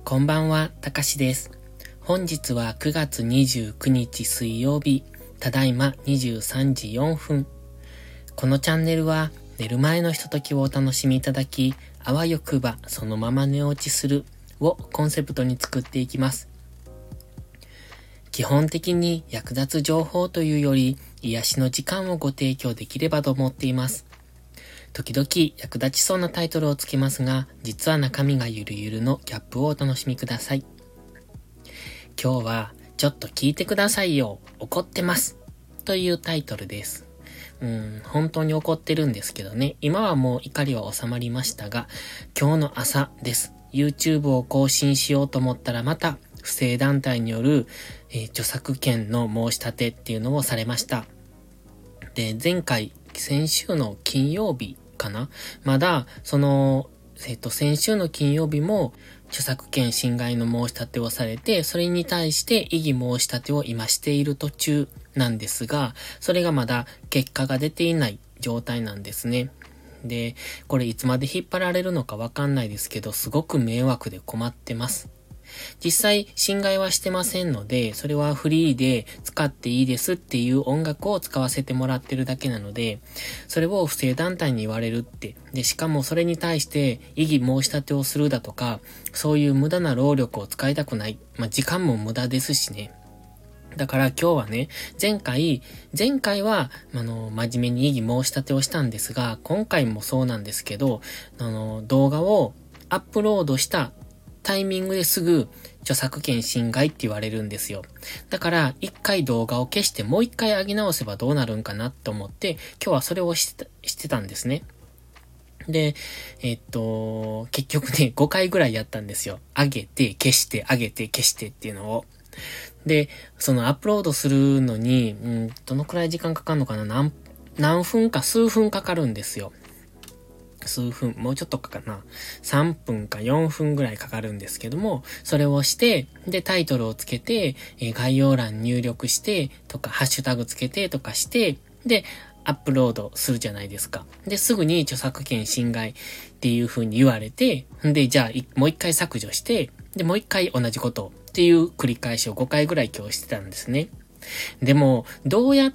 こんばんは、たかしです。本日は9月29日水曜日、ただいま23時4分。このチャンネルは寝る前のひとときをお楽しみいただき、あわよくばそのまま寝落ちするをコンセプトに作っていきます。基本的に役立つ情報というより、癒しの時間をご提供できればと思っています。時々役立ちそうなタイトルをつけますが、実は中身がゆるゆるのギャップをお楽しみください。今日は、ちょっと聞いてくださいよ、怒ってます。というタイトルです。本当に怒ってるんですけどね。今はもう怒りは収まりましたが、今日の朝です。YouTube を更新しようと思ったらまた、不正団体による、著作権の申し立てっていうのをされました。で、先週の金曜日かな？まだ、先週の金曜日も著作権侵害の申し立てをされて、それに対して異議申し立てを今している途中なんですが、それがまだ結果が出ていない状態なんですね。で、これいつまで引っ張られるのかわかんないですけど、すごく迷惑で困ってます。実際侵害はしてませんので、それはフリーで使っていいですっていう音楽を使わせてもらってるだけなので、それを不正団体に言われるって、で、しかもそれに対して異議申し立てをするだとか、そういう無駄な労力を使いたくない。時間も無駄ですしね。だから今日はね、前回は、真面目に異議申し立てをしたんですが、今回もそうなんですけど、動画をアップロードしたタイミングですぐ著作権侵害って言われるんですよ。だから一回動画を消してもう一回上げ直せばどうなるんかなと思って今日はそれをしてたんですね。で、結局ね5回ぐらいやったんですよ。上げて消して上げて消してっていうのを。で、そのアップロードするのにどのくらい時間かかるのかな、何分か数分かかるんですよ。数分、もうちょっとかな。3分か4分ぐらいかかるんですけども、それをして、で、タイトルをつけて、概要欄入力して、とか、ハッシュタグつけて、とかして、で、アップロードするじゃないですか。で、すぐに著作権侵害っていう風に言われて、で、じゃあ、もう一回削除して、で、もう一回同じことっていう繰り返しを5回ぐらい今日してたんですね。でも、どうやって、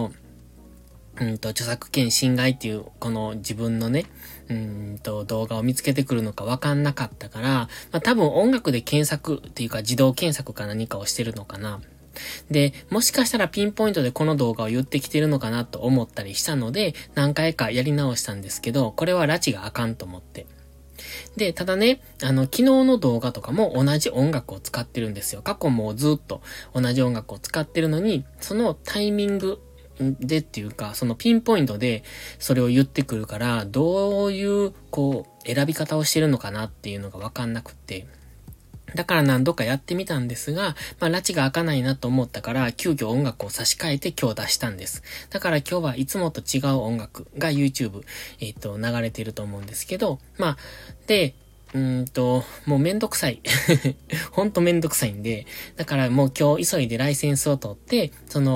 著作権侵害っていう、この自分のね、動画を見つけてくるのかわかんなかったから、多分音楽で検索っていうか自動検索か何かをしてるのかな。で、もしかしたらピンポイントでこの動画を言ってきてるのかなと思ったりしたので、何回かやり直したんですけど、これは拉致があかんと思って。で、ただね、昨日の動画とかも同じ音楽を使ってるんですよ。過去もずっと同じ音楽を使ってるのに、そのタイミング、でっていうか、そのピンポイントでそれを言ってくるから、どういう、選び方をしてるのかなっていうのがわかんなくって。だから何度かやってみたんですが、拉致が開かないなと思ったから、急遽音楽を差し替えて今日出したんです。だから今日はいつもと違う音楽が YouTube、流れてると思うんですけど、で、もうめんどくさい。ほんとめんどくさいんで、だからもう今日急いでライセンスを取って、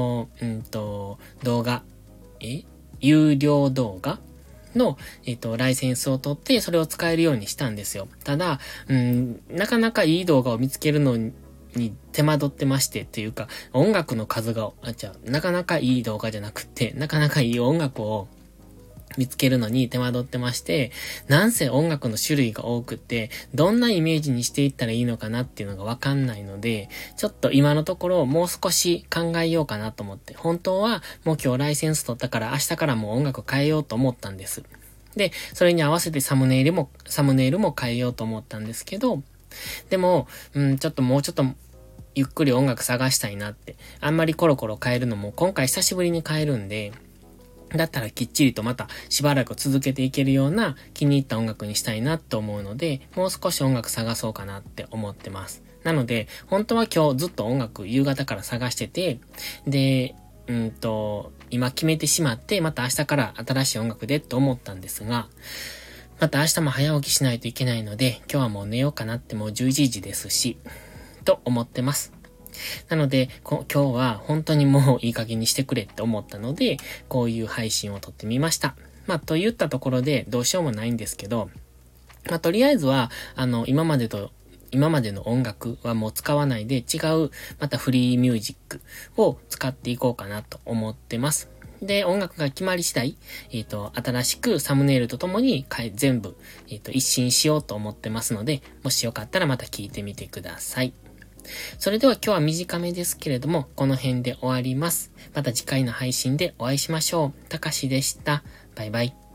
動画、有料動画の、ライセンスを取って、それを使えるようにしたんですよ。ただ、なかなかいい動画を見つけるのに手間取ってましてっていうか、音楽の数が、なかなかいい動画じゃなくて、なかなかいい音楽を見つけるのに手間取ってまして、なんせ音楽の種類が多くって、どんなイメージにしていったらいいのかなっていうのがわかんないので、ちょっと今のところもう少し考えようかなと思って、本当はもう今日ライセンス取ったから明日からもう音楽変えようと思ったんです。で、それに合わせてサムネイルも変えようと思ったんですけど、でも、もうちょっとゆっくり音楽探したいなって、あんまりコロコロ変えるのも今回久しぶりに変えるんで、だったらきっちりとまたしばらく続けていけるような気に入った音楽にしたいなと思うので、もう少し音楽探そうかなって思ってます。なので、本当は今日ずっと音楽夕方から探してて、で、今決めてしまって、また明日から新しい音楽でと思ったんですが、また明日も早起きしないといけないので、今日はもう寝ようかなってもう11時ですし、と思ってます。なので、今日は本当にもういい加減にしてくれって思ったので、こういう配信を撮ってみました。と言ったところでどうしようもないんですけど、とりあえずは、今までと今までの音楽はもう使わないで違う、またフリーミュージックを使っていこうかなと思ってます。で、音楽が決まり次第、新しくサムネイルとともに全部、一新しようと思ってますので、もしよかったらまた聞いてみてください。それでは今日は短めですけれども、この辺で終わります。また次回の配信でお会いしましょう。たかしでした。バイバイ。